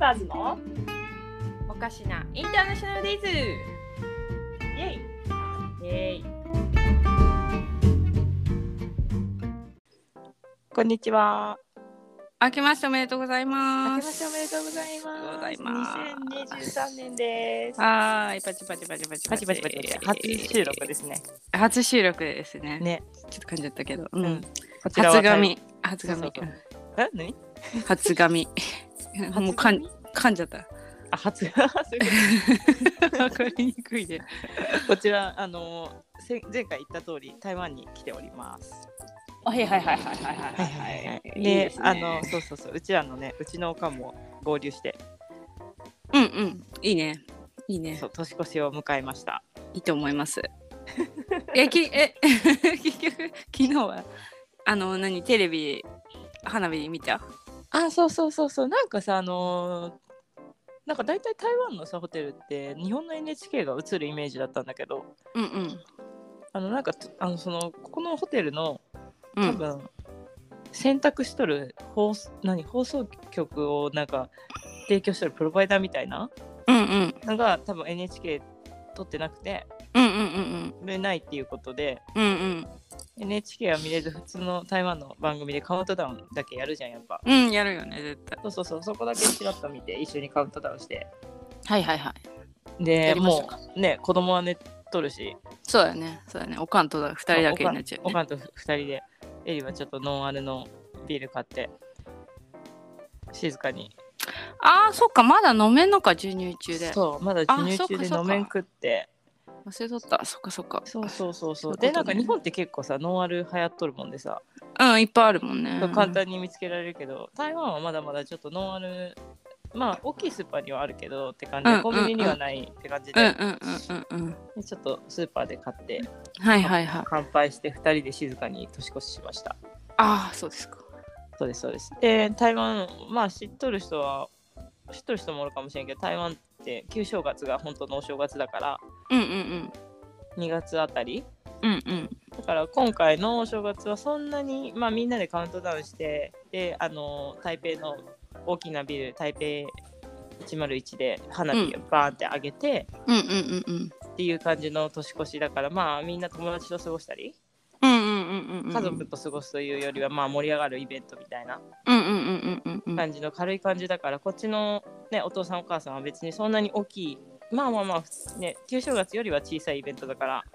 ターズのおかしなインターナショナルデイズ。イエイ。 エイ。 こんにちは。 明けましておめでとうございます。 明けましておめでとうございます。2023年です。 はい、パチパチパチパチパチパチパチパチ。初収録ですね。 初収録ですね。 ね。 ちょっと噛んじゃったけど。 こちらは初髪。初髪。 何？ 初髪。もう噛んじゃった。 あ、初髪。 わかりにくいで。 こちら前回言った通り台湾に来ております。 はい。 で、そううちらのね、うちのおかんも合流して。 いいね。 そう、年越しを迎えました。 いいと思います。結局昨日はテレビ花火見た？ あ、そうなんかさなんか大体台湾のさホテルって日本の NHK が映るイメージだったんだけど、なんかここのホテルの多分、選択しとる放送局をなんか提供しとるプロバイダーみたいなのが多分 NHK 撮ってなくて、でないっていうことで、NHK は見れず普通の台湾の番組でカウントダウンだけやるじゃんやっぱ。 やるよね絶対。 そこだけちらっと見て一緒にカウントダウンして。はいでもうね子供は寝とるし。そうだねおかんと2人だけになっちゃう、ね、 おかんと2人でエリはちょっとノンアルのビール買って静かに。 そっかまだ飲めんのか授乳中で。 そうまだ授乳中で飲めんくって忘れとった。そっかそうで、なんか日本って結構さノンアル流行っとるもんでさ、 いっぱいあるもんね。 簡単に見つけられるけど台湾はまだまだちょっとノンアルまあ大きいスーパーにはあるけどって感じで、コンビニにはないって感じで、ちょっとスーパーで買って乾杯して2人で静かに年越ししました。 そうですか。 そうですで台湾まあ知っとる人もおるかもしれんけど、台湾って旧正月が本当のお正月だから、2月あたり、だから今回のお正月はそんなにまあみんなでカウントダウンして、で台北の大きなビル台北101で花火をバーンって上げてっていう感じの年越しだから、まあみんな友達と過ごしたり家族と過ごすというよりはまあ盛り上がるイベントみたいな感じの軽い感じだから、こっちの、ね、お父さんお母さんは別にそんなに大きいまあね旧正月よりは小さいイベントだから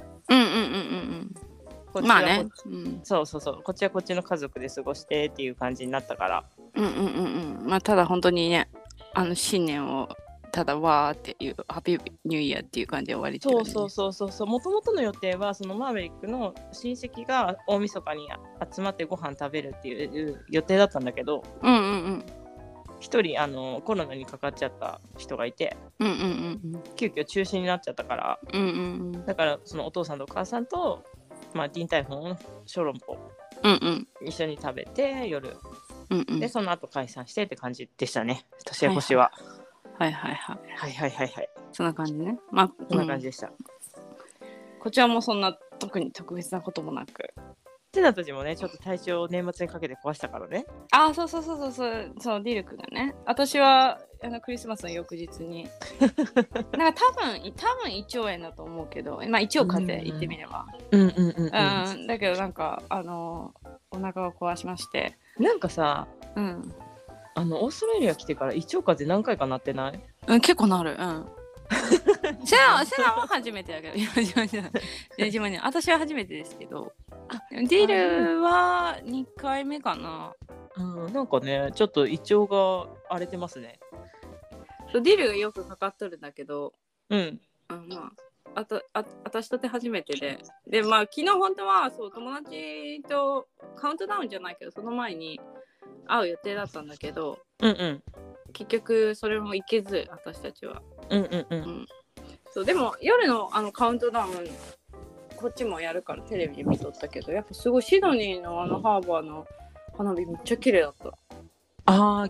こっちはそうこっちはこっちの家族で過ごしてっていう感じになったからまあただ本当にね新年をただわーっていうハッピーニューイヤーっていう感じで終わりっていう、ね、 そうもともとの予定はそのマーヴェリックの親戚が大晦日に集まってご飯食べるっていう予定だったんだけど、一人コロナにかかっちゃった人がいて、急遽中止になっちゃったから、だからそのお父さんとお母さんと、まあ、ディンタイフォン小籠包、一緒に食べて夜、でその後解散してって感じでしたね年越しは。はいそんな感じね。まあそんな感じでした。 こちらもそんな特に特別なこともなく。 テナたちもねちょっと体調を年末にかけて壊したからね。 そうディルクがね。私はクリスマスの翌日になんか多分胃腸炎だと思うけど、まあ胃腸風邪言ってみれば。だけどなんかお腹を壊しまして。 なんかさ、オーストラリア来てから胃腸風邪何回かなってない？ 結構なる。セナは初めてだけど私は初めてですけど、ディルは2回目かな。 なんかねちょっと胃腸が荒れてますね。 そうディルがよくかかっとるんだけど、まあ私とて初めてでまあ昨日本当はそう友達とカウントダウンじゃないけどその前に会う予定だったんだけど、結局それも行けず私たちは。そうでも夜のカウントダウンこっちもやるからテレビで見とったけど、やっぱすごいシドニーのハーバーの花火めっちゃ綺麗だった。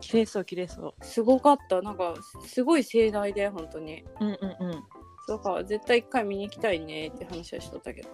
綺麗そうすごかった。なんかすごい盛大で本当に。だから絶対一回見に行きたいねって話はしとったけど。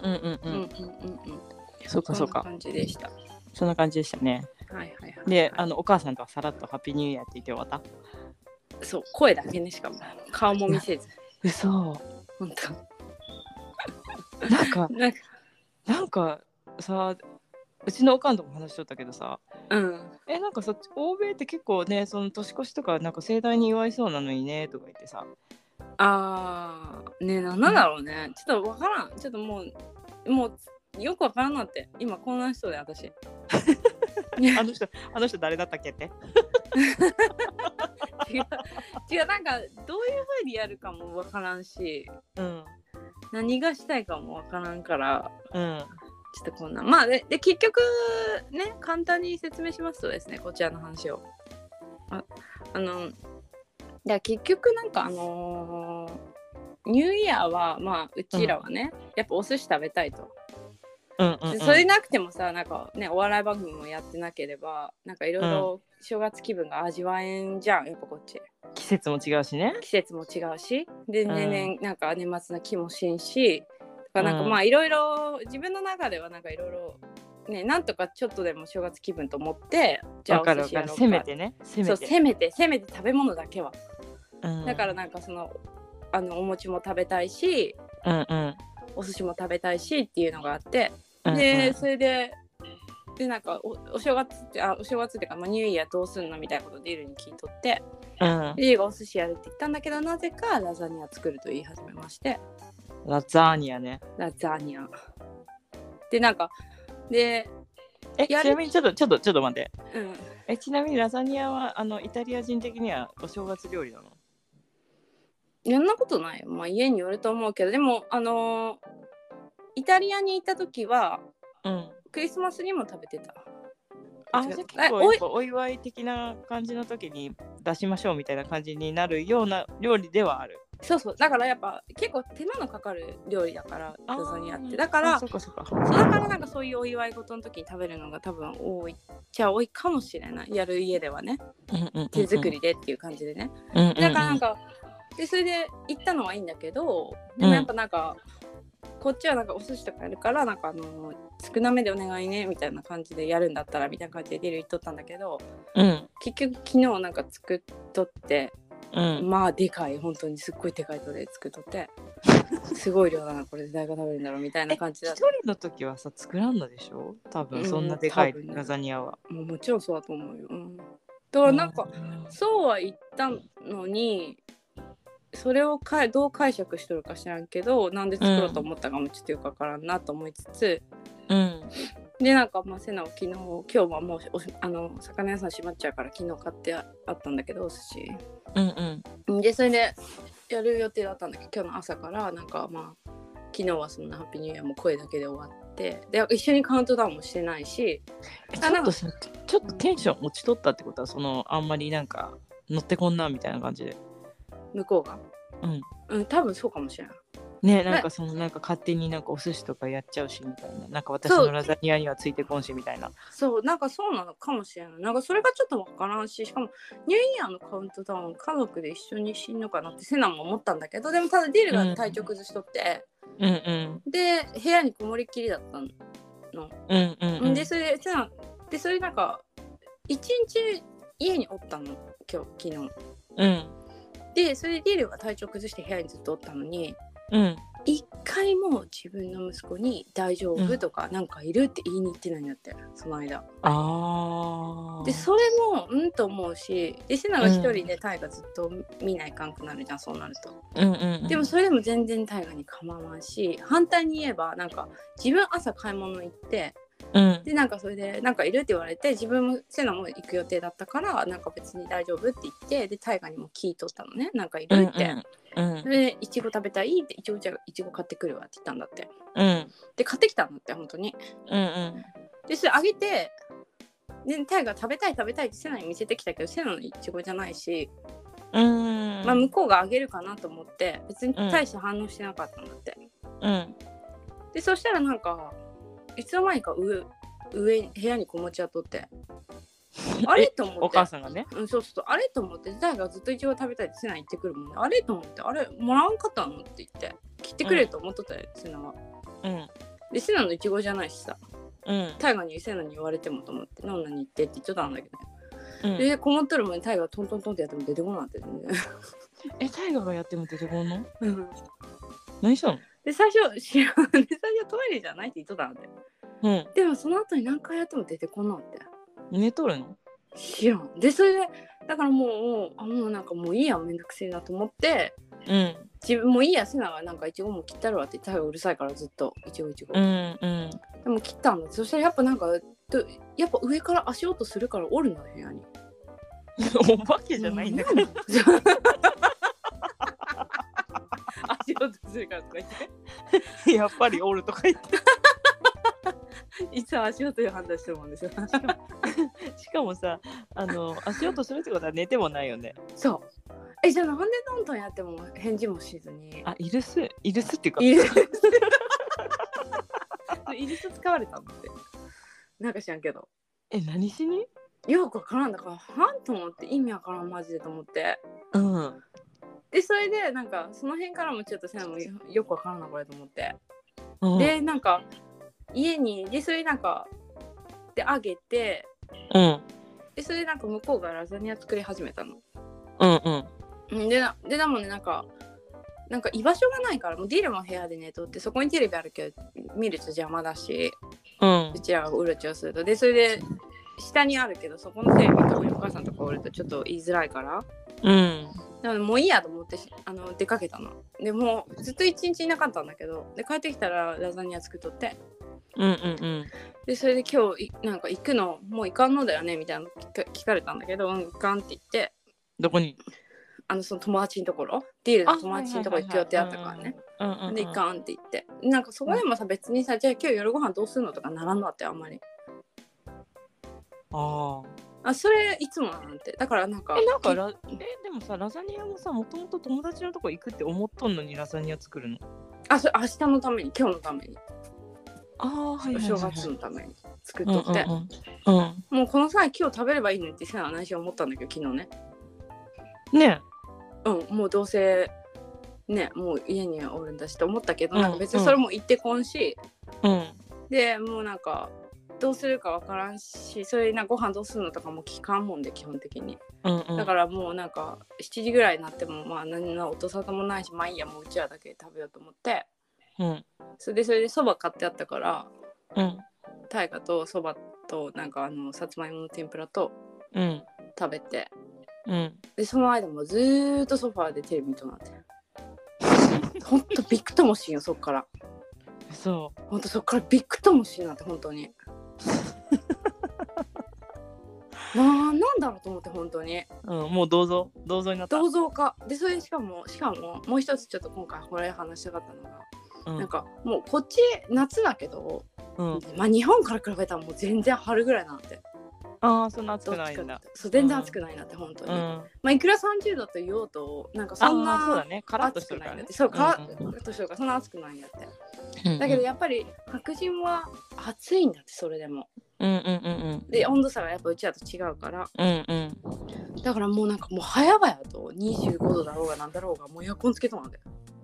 そうかそんな感じでした。 そんな感じでしたね。でお母さんとはさらっとハッピーニューイヤーって言って終わった？ そう声だけね、しかも顔も見せず。 嘘。 本当。 なんかさ、うちのおかんとも話しとったけどさ、なんか欧米って結構ね、その年越しとかなんか盛大に祝いそうなのにねとか言ってさ。 ね、なんだろうね。ちょっとわからん。ちょっともうよくわからんなって。今こんな人で私。 あの人誰だったっけって違う、なんかどういう風にやるかもわからんし、何がしたいかもわからんから、ちょっとこんなまあで結局ね、簡単に説明しますとですね、こちらの話を結局なんかニューイヤーはまあうちらはね、やっぱお寿司食べたいと。それなくてもさ、なんかね、お笑い番組もやってなければなんかいろいろ正月気分が味わえんじゃん、やっぱこっち。 季節も違うしね。 季節も違うし、で年々なんか年末な気もしんし、なんかまあいろいろ自分の中ではなんかいろいろね、なんとかちょっとでも正月気分と思って、じゃあお寿司やろうか。 せめてね。 そう、せめて食べ物だけは。だからなんかそのお餅も食べたいし、お寿司も食べたいしっていうのがあって、でそれでなんかお正月っていうか、まあ、ニューイヤーどうすんのみたいなことでディルに聞いとって、ディルがお寿司やるって言ったんだけど、なぜかラザニア作ると言い始めまして。 ラザニアね。 ラザニアでなんかでちなみにちょっと待って、ちなみにラザニアはイタリア人的にはお正月料理なの？ そんなことないよ、まあ、家によると思うけど、でもイタリアに行った時は、クリスマスにも食べてた。 じゃあ結構お祝い的な感じの時に出しましょうみたいな感じになるような料理ではある。 そうだからやっぱ結構手間のかかる料理だから、ラザニアってだからだからなんかそういうお祝い事の時に食べるのが多分多いかもしれない、やる家ではね、手作りでっていう感じでね、だからなんかでそれで行ったのはいいんだけど、でもやっぱなんか、こっちはなんかお寿司とかやるからなんか少なめでお願いねみたいな感じでやるんだったらみたいな感じでディル言っとったんだけど、結局昨日なんか作っとって、まあでかい、本当にすっごいでかいトレー作っとってすごい量だな、これで誰が食べるんだろうみたいな感じだった。 一人の時はさ作らんのでしょ多分、そんなでかいラザニアは。 もちろんそうだと思うよ、だからなんか、そうは言ったのにそれをどう解釈しとるか知らんけど、なんで作ろうと思ったかもちょっとよくわからんなと思いつつ、でなんかまあセナを今日はもう魚屋さん閉まっちゃうから昨日買ってあったんだけど、お寿司、でそれでやる予定だったんだけど、今日の朝からなんかまあ昨日はそんなハッピーニューイヤーも声だけで終わって、で一緒にカウントダウンもしてないし、 ちょっとテンション落ちとったってことは、あんまりなんか乗ってこんなみたいな感じで向こうが多分そうかもしれないね。なんかなんか勝手になんかお寿司とかやっちゃうしみたいな、なんか私のラザニアにはついてこんしみたいな。 そうなんかそうなのかもしれない。なんかそれがちょっとわからんし、しかもニューイヤーのカウントダウン家族で一緒にしんのかなってセナも思ったんだけど、でもただディルが体調崩しとって、で部屋にこもりっきりだったの、でそれでなんか一日家におったの昨日、でそれでディルが体調崩して部屋にずっとおったのに、一回も自分の息子に大丈夫とか、なんかいるって言いに行ってないんだって、その間。でそれもと思うし、でセナが一人でタイがずっと見ないかんくなるじゃん、そうなると。でもそれでも全然タイガに構わんし、反対に言えばなんか自分朝買い物行って、でなんかそれでなんかいるって言われて、自分もセナも行く予定だったからなんか別に大丈夫って言って、でタイガにも聞いとったのね、なんかいるって、それでいちご食べたいって、いちご買ってくるわって言ったんだって、で買ってきたんだって本当に、でそれあげて、でタイガ食べたいってセナに見せてきたけど、セナのいちごじゃないし、まあ向こうがあげるかなと思って別に大して反応してなかったんだって、でそしたらなんかいつの間にか部屋にこもっちゃっとってあれと思って、 お母さんがね、 そうあれと思って、誰がずっとイチゴ食べたいってセナ言ってくるもんね、あれと思って、あれもらわんかったのって言って切ってくれると思っとったよ、セナは。でセナのイチゴじゃないしさ、タイガにセナに言われてもと思って、ノンナに行ってって言っとったんだけど、 でこもっとるもんにタイガートントントンってやっても出てこなかった全然。 タイガーがやっても出てこんの？ うん。 何したの？ で最初知らんで最初トイレじゃないって言っとったんで。 うん。 でもその後に何回やっても出てこんなんて。 寝とるの？ 知らん。でそれでだからもうなんかもういいやめんどくせえなと思って、 うん、 自分もういいやせながらなんかイチゴも切ったるわってタイガーうるさいからずっとイチゴ。 うんうん。 でも切ったんだ。そしたらやっぱなんかやっぱ上から足音するからおるの部屋に。 お化けじゃないんだから。 足音するからとか言って。 やっぱりおるとか言って。 いつ足音で判断してるもんですよ。 しかもさ、足音するってことは寝てもないよね。 そう。じゃあなんでトントンやっても返事もしずに。 イルスっていうか。 イルス使われたんだって。なんか知らんけど。 何しに？ よくわからんだからはんと思って意味わからんマジでと思って。 うん。 でそれでなんかその辺からもちょっとさもよくわからんなこれと思って。 うん、 でなんか家にでそれなんかであげて、 うん、 でそれでなんか向こうがラザニア作り始めたの。 うんうん。でだもんねなんか居場所がないからもうディルも部屋で寝とってそこにテレビあるけど見ると邪魔だし、うちらがうろちょろするとでそれで下にあるけどそこのテレビのとこにお母さんとかおるとちょっと言いづらいから、なのでもういいやと思って出かけたの。でもうずっと一日いなかったんだけどで帰ってきたらラザニア作っとって、でそれで今日なんか行くのもう行かんのだよねみたいなの聞かれたんだけど行かんって言って。 どこに？ その友達のところディールの友達のところ行く予定あったからね。で行かんって言ってなんかそこでもさ別にさじゃあ今日夜ご飯どうするのとかならんのってあんまり。それいつもなんてだからなんかでもさラザニアもさもともと友達のとこ行くって思っとんのにラザニア作るの？ それ明日のために今日のためにお正月のために作っとって、もうこの際今日食べればいいねって話を思ったんだけど昨日ねもうどうせねもう家におるんだしと思ったけど、なんか別にそれも言ってこんし、でもうなんかどうするかわからんしそれご飯どうするのとかも聞かんもんで基本的に、だからもうなんか7時ぐらいになってもまあ何の音沙汰もないしまあいいやもううちらだけ食べようと思って、それでそば買ってあったから、タイガとそばとなんかさつまいもの天ぷらと食べて、でその間もずーっとソファーでテレビ見となってほんとびっくともしんよそっから。 そうほんとそっからびっくともしんなって本当になんだろうと思って本当に、 もう銅像になった。 銅像化でそれしかももう一つちょっと今回これ話したかったのが、なんかもうこっち夏だけど、まあ日本から比べたらもう全然春ぐらいなんて。 そんな暑くないんだ。 そう全然暑くないなって本当に、まあいくら30度と言おうとなんかそんなそうだねカラッとしてるからね。 そうカラッとしてるからそんな暑くないんだって、だけどやっぱり白人は暑いんだってそれでも、で温度差がやっぱうちらと違うから、だからもうなんかもう早々と25度だろうがなんだろうがもうエアコンつけとなんだよ。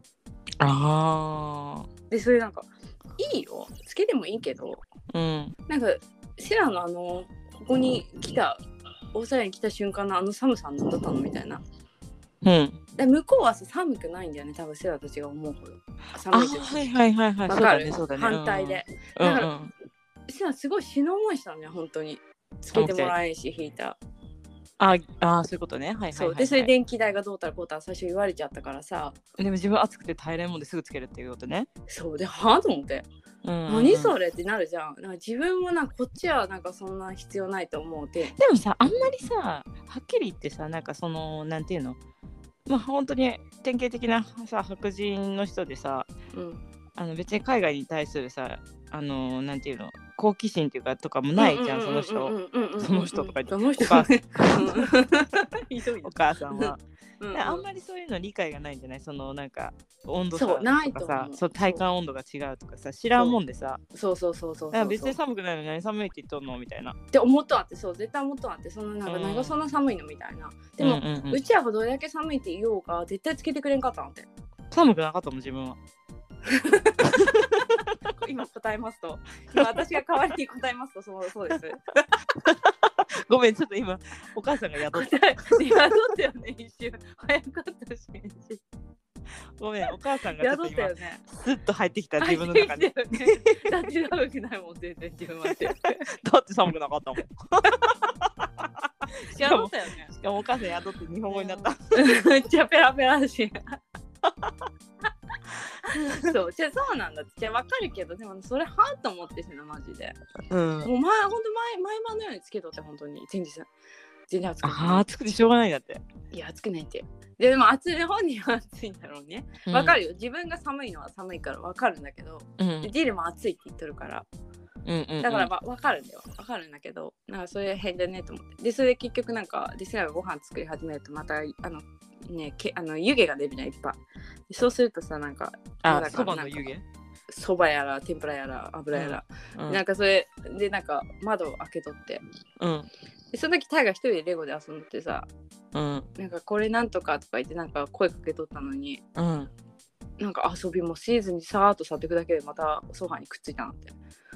でそれなんかいいよつけてもいいけど、なんかセラのここに来たオーストラリアに来た瞬間の寒さなんだったのみたいな、で向こうはさ寒くないんだよね多分セラたちが思うほど寒い時。わかる、反対で、だからセラすごい死ぬ思いしたのね本当につけてもらえんしヒーター。そういうことね。 そうでそれ電気代がどうたらこうたら最初言われちゃったからさ、 でも自分暑くて耐えれんもんですぐつけるっていうことね。 そうではぁと思って、何それってなるじゃん。なんか自分もなんかこっちはなんかそんな必要ないと思うでもさあんまりさはっきり言ってさなんかそのなんていうのまあ本当に典型的なさ白人の人でさ、別に海外に対するさなんていうの好奇心っていうかとかもないじゃんその人とか言ってお母さんはあんまりそういうの理解がないんじゃない？そのなんか温度差とかさそう体感温度が違うとかさ知らんもんでさそう別に寒くないのに何寒いって言っとんのみたいなって思っとあってそう絶対思っとあってそんななんか何がそんな寒いのみたいなでもうちらがどれだけ寒いって言おうか絶対つけてくれんかったのって寒くなかったもん自分は今答えますと今私が代わりに答えますとそうですごめんちょっと今お母さんが宿った宿ったよね一瞬早かったしごめんお母さんがちょっと今、 ね、 スッと入ってきた自分の中に、 ね、だって寒くないもん全然自分はってだって寒くなかったもんしかもお母さん宿って日本語になっためっちゃペラペラだしそうじゃあそうなんだってじゃあ分かるけどでもそれはぁと思ってしなマジで、もうほんと毎晩のようにつけとって本当に全然暑くない暑くてしょうがないんだっていや暑くないってでも暑い本人は暑いんだろうね分かるよ、自分が寒いのは寒いから分かるんだけど、でディルも暑いって言っとるから、だから分かるんだよ分かるんだけどなんかそれ変だねと思ってでそれで結局なんかディスラがご飯作り始めるとまた湯気が出るじゃんいっぱいそうするとさなんかそばの湯気そばやら天ぷらやら油やら、なんかそれでなんか窓を開けとって、でその時タイが一人でレゴで遊んでてさ、なんかこれなんとかとか言ってなんか声かけとったのに、なんか遊びもしずにさーっと去っていくだけでまたソファにくっついたなんて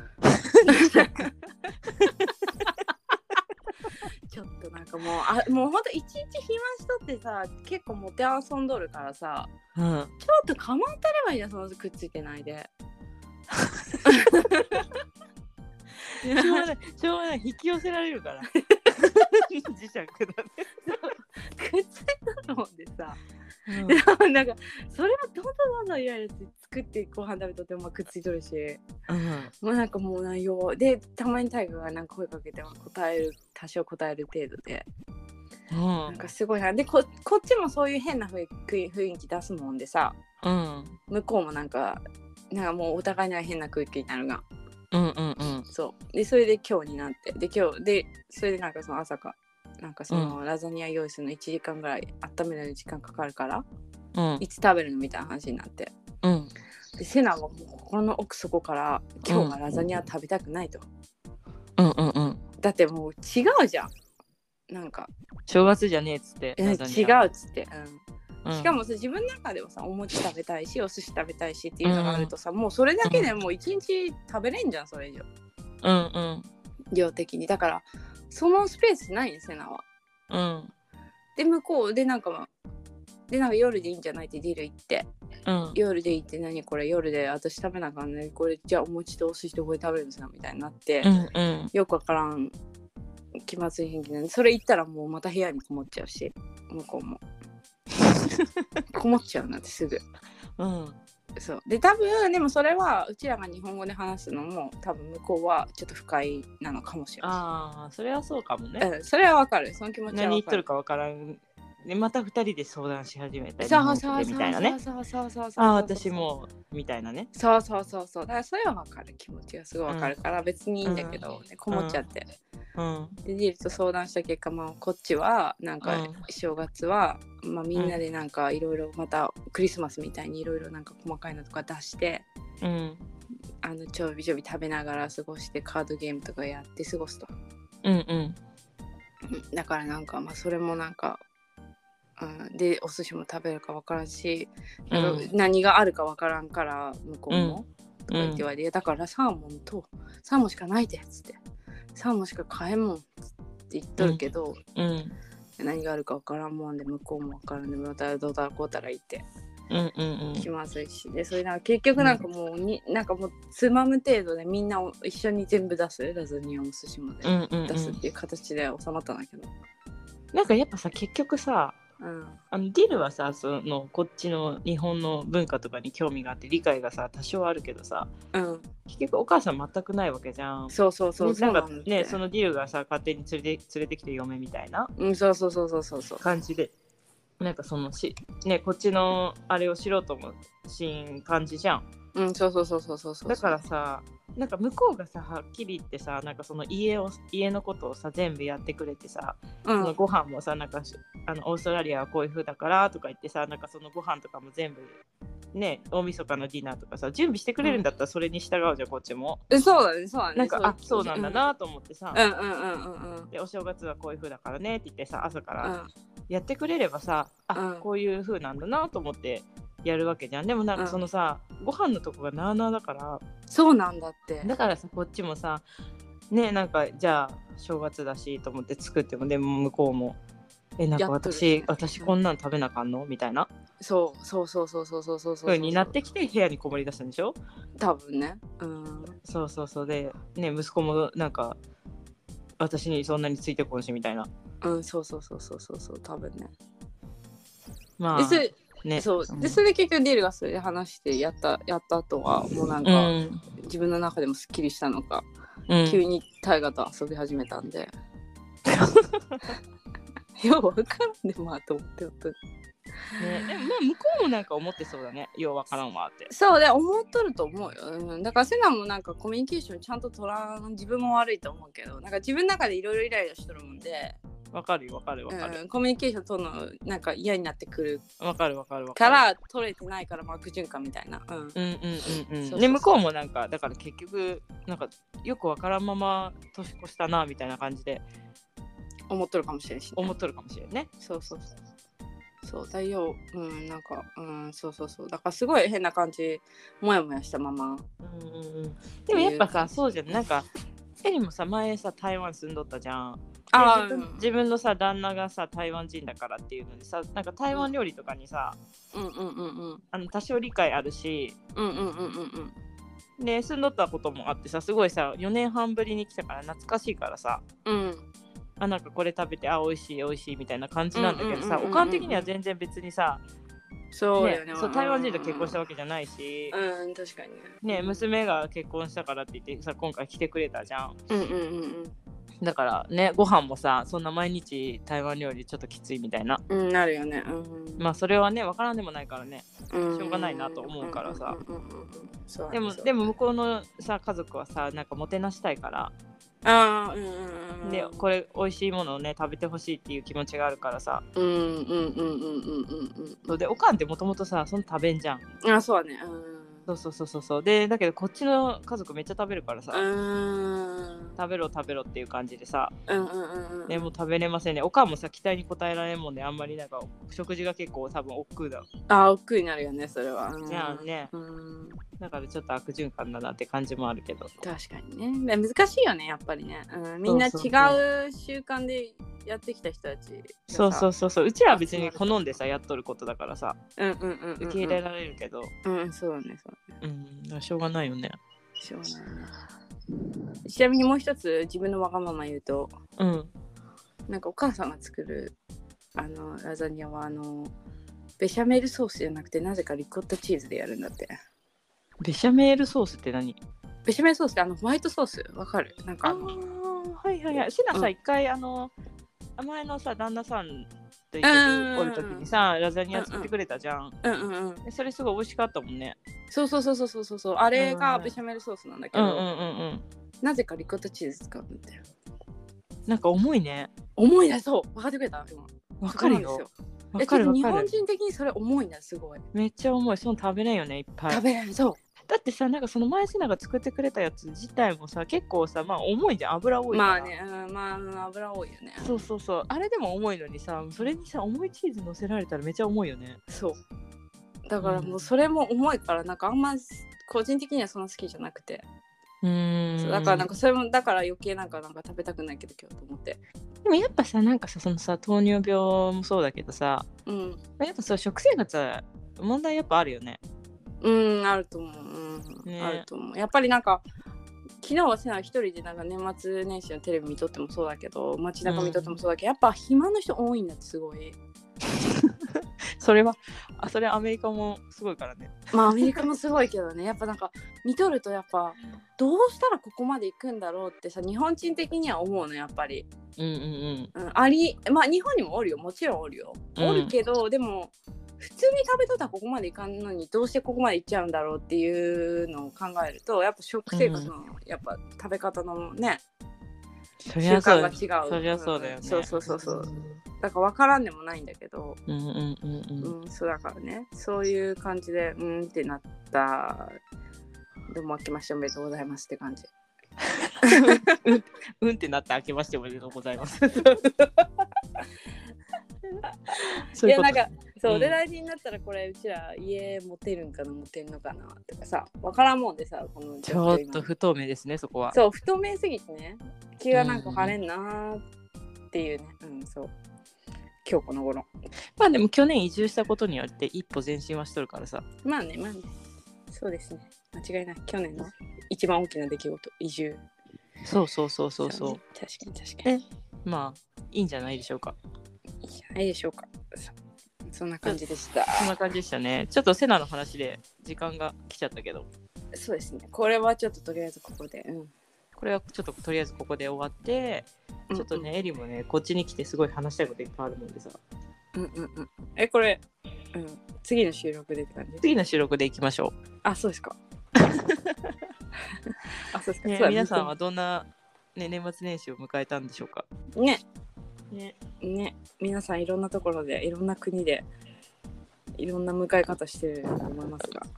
ちょっとなんかもうほんと一日暇しとってさ結構モテ遊んどるからさ、ちょっとかまったればいいじゃんそのくっついてないでしょうがない引き寄せられるから磁石だねくっついたのでさ、でもなんかそれはどんどんイライラして作ってご飯食べとってもくっついとるし、もうなんかもう内容でたまにタイガがなんか声かけても多少答える程度で、なんかすごいなでこっちもそういう変な雰囲気出すもんでさ、向こうもなんかもうお互いには変な空気になるが、そうでそれで今日になってでそれでなんかその朝かなんかそのラザニア用意するの1時間ぐらい温めるのに時間かかるから、いつ食べるのみたいな話になって、でセナはもう心の奥底から今日はラザニア食べたくないと、だってもう違うじゃんなんか正月じゃねえっつって違うっつって、しかもさ自分の中ではさお餅食べたいしお寿司食べたいしっていうのがあるとさ、もうそれだけでもう一日食べれんじゃんそれ以上、量的にだからそのスペースないねセナは、で向こうでなんか夜でいいんじゃないってディル行って、夜でいいって何これ夜で私食べなあかんねこれじゃあお餅とお寿司とこれ食べるんですよみたいになって、よくわからん気まずい雰囲気なんでそれ言ったらもうまた部屋にこもっちゃうし向こうもこもっちゃうなんてすぐ、そうで多分でもそれはうちらが日本語で話すのも多分向こうはちょっと不快なのかもしれない。 それはそうかもね、 それはわかるその気持ちはわかる何言っとるかわからんでまた2人で相談し始めたりみたいなね私もみたいなねそうだからそれはわかる気持ちがすごいわかるから別にいいんだけど、こもっちゃって、でディルと相談した結果、こっちはなんか正月は、みんなでなんかいろいろまたクリスマスみたいにいろいろなんか細かいのとか出して、ちょびちょび食べながら過ごしてカードゲームとかやって過ごすと、だからなんかそれもなんか、でお寿司も食べるか分からんし、何があるか分からんから向こうも、とか言って言われて、だからサーモンしかないでっつってサーモンしか買えんもんって言っとるけど、何があるか分からんもんで向こうも分からんでまたどうたらこうたら言って気まずいしでそれなんか結局なんかもうなんかもうつまむ程度でみんな一緒に全部出すラザニアも寿司も出すっていう形で収まったんだけど、 なんかやっぱさ結局さディルはさこっちの日本の文化とかに興味があって理解がさ多少あるけどさ、結局お母さん全くないわけじゃん。 そうなんかねそのディルがさ勝手に連れてきて嫁みたいな感じでなんかそのねこっちのあれを知ろうと思う感じじゃん。 そうだからさなんか向こうがさはっきり言ってさなんかその家のことをさ全部やってくれてさ、そのご飯もさなんかオーストラリアはこういう風だからとか言ってさなんかそのご飯とかも全部ね大晦日のディナーとかさ準備してくれるんだったらそれに従うじゃんこっちも。 そうだねなんかそうなんだなと思ってさ、でお正月はこういう風だからねって言ってさ朝からやってくれればさ、こういう風なんだなと思ってやるわけじゃん。でもなんかそのさ、ご飯のとこがなあなあだからそうなんだってだからさこっちもさね、なんかじゃあ正月だしと思って作ってもでも向こうもなんか私こんなん食べなあかんのみたいなそうになってきて部屋にこもり出したんでしょ多分ね。 そうでね息子もなんか私にそんなについてこんしみたいな。 そう多分ね。 まあね、そうでそれで結局ディルがそれで話してやった後はもうなんか、自分の中でもすっきりしたのか、急に大河と遊び始めたんでようわからんでまあと思ってね、 でもまあ向こうもなんか思ってそうだね、ようわからんわって。 そうで思っとると思うよ、だからセナもなんかコミュニケーションちゃんと取らん、自分も悪いと思うけど、なんか自分の中でいろいろイライラしとるもんで、 わかる、コミュニケーション取るのなんか嫌になってくるから取れてないから悪循環みたいな。 で向こうもなんかだから結局なんかよくわからんまま年越したなみたいな感じで思っとるかもしれんし、 ね。 そうだよ、なんかそうだからすごい変な感じもやもやしたまま。 でもやっぱさそうじゃん、なんかエリもさ前さ台湾住んどったじゃん。自分のさ旦那がさ台湾人だからっていうのでさ、なんか台湾料理とかにさ、多少理解あるし、で住んどったこともあってさ、すごいさ4年半ぶりに来たから懐かしいからさ、なんかこれ食べて美味しいみたいな感じなんだけどさ、おかん的には全然別にさ、 そうよね、 台湾人と結婚したわけじゃないし、 確かにね、 娘が結婚したからって言ってさ今回来てくれたじゃん。だからね、ご飯もさそんな毎日台湾料理ちょっときついみたいな、 なるよね。 まあそれはね分からんでもないからね、しょうがないなと思うからさ。でも向こうのさ家族はさなんかもてなしたいから、でこれ美味しいものをね食べてほしいっていう気持ちがあるからさ。でおかんってもともとさその食べんじゃん。 そうだね。 そうでだけどこっちの家族めっちゃ食べるからさ、食べろっていう感じでさ、でも食べれませんね。おかんもさ期待に応えられんもんで、あんまりなんか食事が結構多分億劫だ。 億劫になるよねそれは。 じゃあね、だからちょっと悪循環だなって感じもあるけど。 確かにね、難しいよねやっぱりね。みんな違う習慣でやってきた人たち。 そううちらは別に好んでさやっとることだからさ、受け入れられるけど、 そうだねしょうがないよね。 しょうがないね。ちなみにもう一つ自分のわがまま言うと、なんかお母さんが作るラザニアはベシャメルソースじゃなくてなぜかリコッタチーズでやるんだって。 ベシャメルソースって何？ ベシャメルソースってホワイトソースわかる？なんかはいシナさ、一回前のさ旦那さんと一緒におる時にさラザニア作ってくれたじゃん。それすごい美味しかったもんね。 そうあれがベシャメルソースなんだけど、なぜかリコッタチーズ使うんだよ。 なんか重いね。 重いね。そう分かってくれた？ 分かるよ。 ちょっと日本人的にそれ重いんだすごい。 めっちゃ重い。その食べれんよねいっぱい。 食べれん。そうだってさなんかその前セナが作ってくれたやつ自体もさ結構さ重いじゃん、油多いから。 油多いよね。 そうあれでも重いのにさそれにさ重いチーズ乗せられたらめっちゃ重いよね。 そうだからもうそれも重いからなんかあんま個人的にはそんな好きじゃなくて、だからなんかそれもだから余計なんか食べたくないけど今日と思って。 でもやっぱさなんかさそのさ糖尿病もそうだけどさ、やっぱそう食生活は問題やっぱあるよね。 あると思う。あると思う。やっぱりなんか昨日はセナ一人でなんか年末年始のテレビ見とってもそうだけど街中見とってもそうだけど、やっぱ肥満の人多いんだってすごい。 それアメリカもすごいからね。 アメリカもすごいけどね、やっぱなんか見とるとやっぱどうしたらここまで行くんだろうってさ日本人的には思うのやっぱり。日本にもおるよ、もちろんおるよ、おるけどでも普通に食べとったらここまでいかんのにどうしてここまでいっちゃうんだろうっていうのを考えるとやっぱ食生活のやっぱ食べ方のね、習慣が違う。 そりゃそうだよね。 そうだから分からんでもないんだけど、そうだからねそういう感じでってなった。どうも明けましておめでとうございますって感じ。 ってなった明けましておめでとうございます。 いやなんかそうで来年になったらこれうちら家持てるんかな持てんのかなとかさ分からんもんでさこのちょっと不透明ですねそこは。 そう不透明すぎてね気がなんか晴れんなっていうね、そう今日この頃。 まあでも去年移住したことによって一歩前進はしとるからさ。 まあねそうですね間違いない去年の一番大きな出来事移住。 そう、 ね、確かにまあいいんじゃないでしょうか。 いいじゃないでしょうか。そんな感じでした。 そんな感じでしたね。ちょっとセナの話で時間が来ちゃったけど。 そうですね。これはちょっととりあえずここで。 これはちょっととりあえずここで終わって、ちょっとね、エリもね、こっちに来てすごい話したいこといっぱいあるもんでさ。 これ、次の収録でって感じ？ 次の収録でいきましょう。 あ、そうですか。あ、そうですか。 ね、皆さんはどんな、ね、年末年始を迎えたんでしょうか。 ね、皆さんいろんなところで、いろんな国で、いろんな迎え方してると思いますが。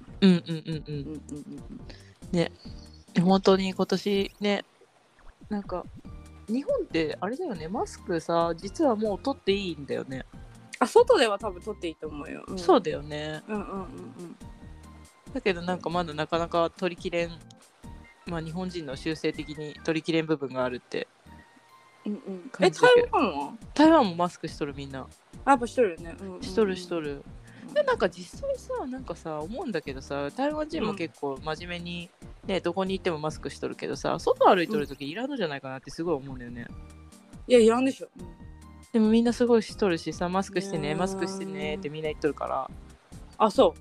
ね、本当に今年ね、なんか日本ってあれだよね、マスクさ、実はもう取っていいんだよね。 あ、外では多分取っていいと思うよ。 そうだよね。だけどなんかまだなかなか取りきれん、まあ日本人の習性的に取りきれん部分があるって感じだけど。台湾もマスクしとるみんな。 やっぱしとるよね。 しとる。でなんか実際さなんかさ思うんだけどさ台湾人も結構真面目にね、どこに行ってもマスクしとるけどさ外歩いとる時いらんのじゃないかなってすごい思うんだよね。 いやいらんでしょ。 でもみんなすごいしとるしさマスクしてねマスクしてねってみんな言っとるから。 あ、そう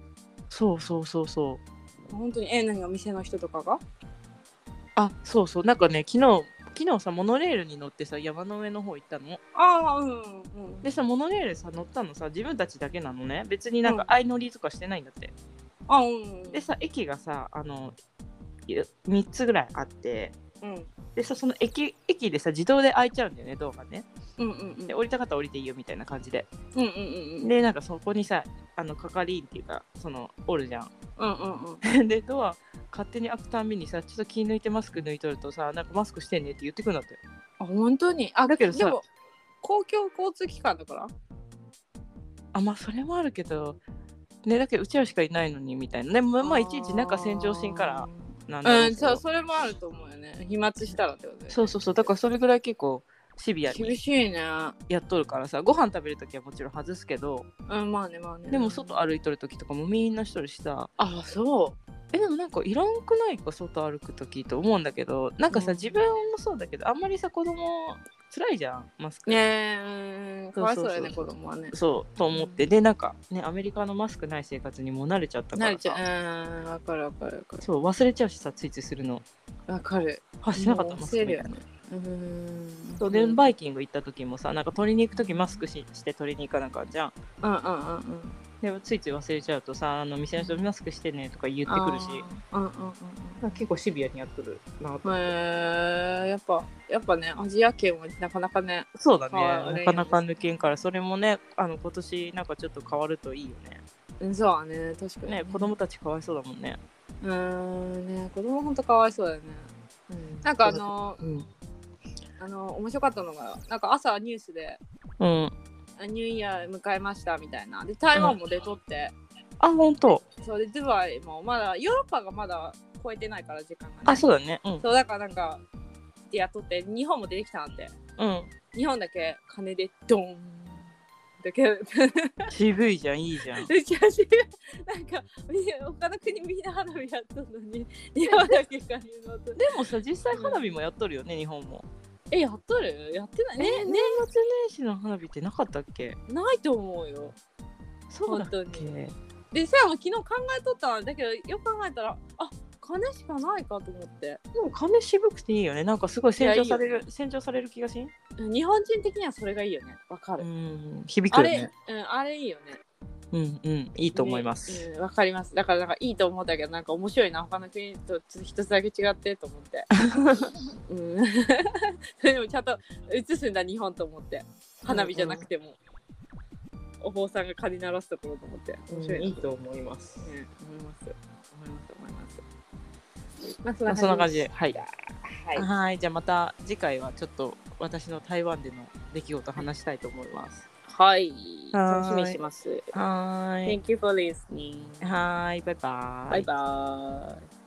本当に何お店の人とかがそうなんかね昨日さモノレールに乗ってさ山の上の方行ったの。でさモノレールさ乗ったのさ自分たちだけなのね。別になんか相乗りとかしてないんだって。でさ駅がさ3つぐらいあって、でさその駅でさ自動で開いちゃうんだよねドアがね。で降りた方降りていいよみたいな感じで。でなんかそこにさ係員っていうかそのおるじゃん。でドア勝手に開くたんびにさちょっと気抜いてマスク抜いとるとさなんかマスクしてんねって言ってくるんだって。 あ本当に？ だけどさでも公共交通機関だからまあそれもあるけどねだけどうちらしかいないのにみたいなね。まあいちいちなんか洗浄しんからなんだろうけど。 それもあると思うよね。飛沫したらってことで。 そうだからそれぐらい結構シビアに厳しいねやっとるからさご飯食べるときはもちろん外すけど、 まあねでも外歩いとるときとかもみんなしとるしさ。 あそうでもなんかいらんくないか外歩くときと思うんだけどなんかさ、自分もそうだけどあんまりさ子供辛いじゃんマスクね。かわいそうだよね子供はね。 そうと思って、でなんかねアメリカのマスクない生活にも慣れちゃったからさ。 わかるそう忘れちゃうしさついついするの。 わかる。 しなかったマスクみたいな。そうでバイキング行った時もさなんか取りに行く時マスクして取りに行かなかったじゃん。でもついつい忘れちゃうとさ店の人マスクしてねとか言ってくるし、結構シビアにやっとるなと思って。 やっぱねアジア圏はなかなかね。 そうだねなかなか抜けんからそれもね今年なんかちょっと変わるといいよね。そうね確かにね子供たちかわいそうだもんね。 ね子供ほんとかわいそうだよね。なんか面白かったのがなんか朝ニュースで、ニューイヤー迎えましたみたいなで台湾も出とって、 本当。 そうでドバイもまだヨーロッパがまだ超えてないから時間がね。そうだね。 そうだからなんかでやっとって日本も出てきたなって。日本だけ金でドーンだけ渋いじゃんいいじゃん。なんか他の国みんな花火やっとるのに日本だけ金の音。 でもさ実際花火もやっとるよね日本も。 やっとる？やってないね。 年末年始の花火ってなかったっけ？ ないと思うよ。 そうだっけ？ でさ昨日考えとったんだけどよく考えたら金しかないかと思って。 でも金渋くていいよね。なんかすごい洗浄される気がしん？ 日本人的にはそれがいいよね。わかる。 響くよね。 あれいいよね。 いいと思います。 わかります。だからなんかいいと思ったけどなんか面白いな他の国と一つだけ違ってと思って。それでもちゃんと映すんだ日本と思って花火じゃなくても、お坊さんが鐘鳴らすところと思って面白い、 いいと思います。 思います。そんな感じではいじゃあまた次回はちょっと私の台湾での出来事を話したいと思います。 はい。楽しみにしてます。 はい。 Thank you for listening. はい。バイバイ。 バイバイ。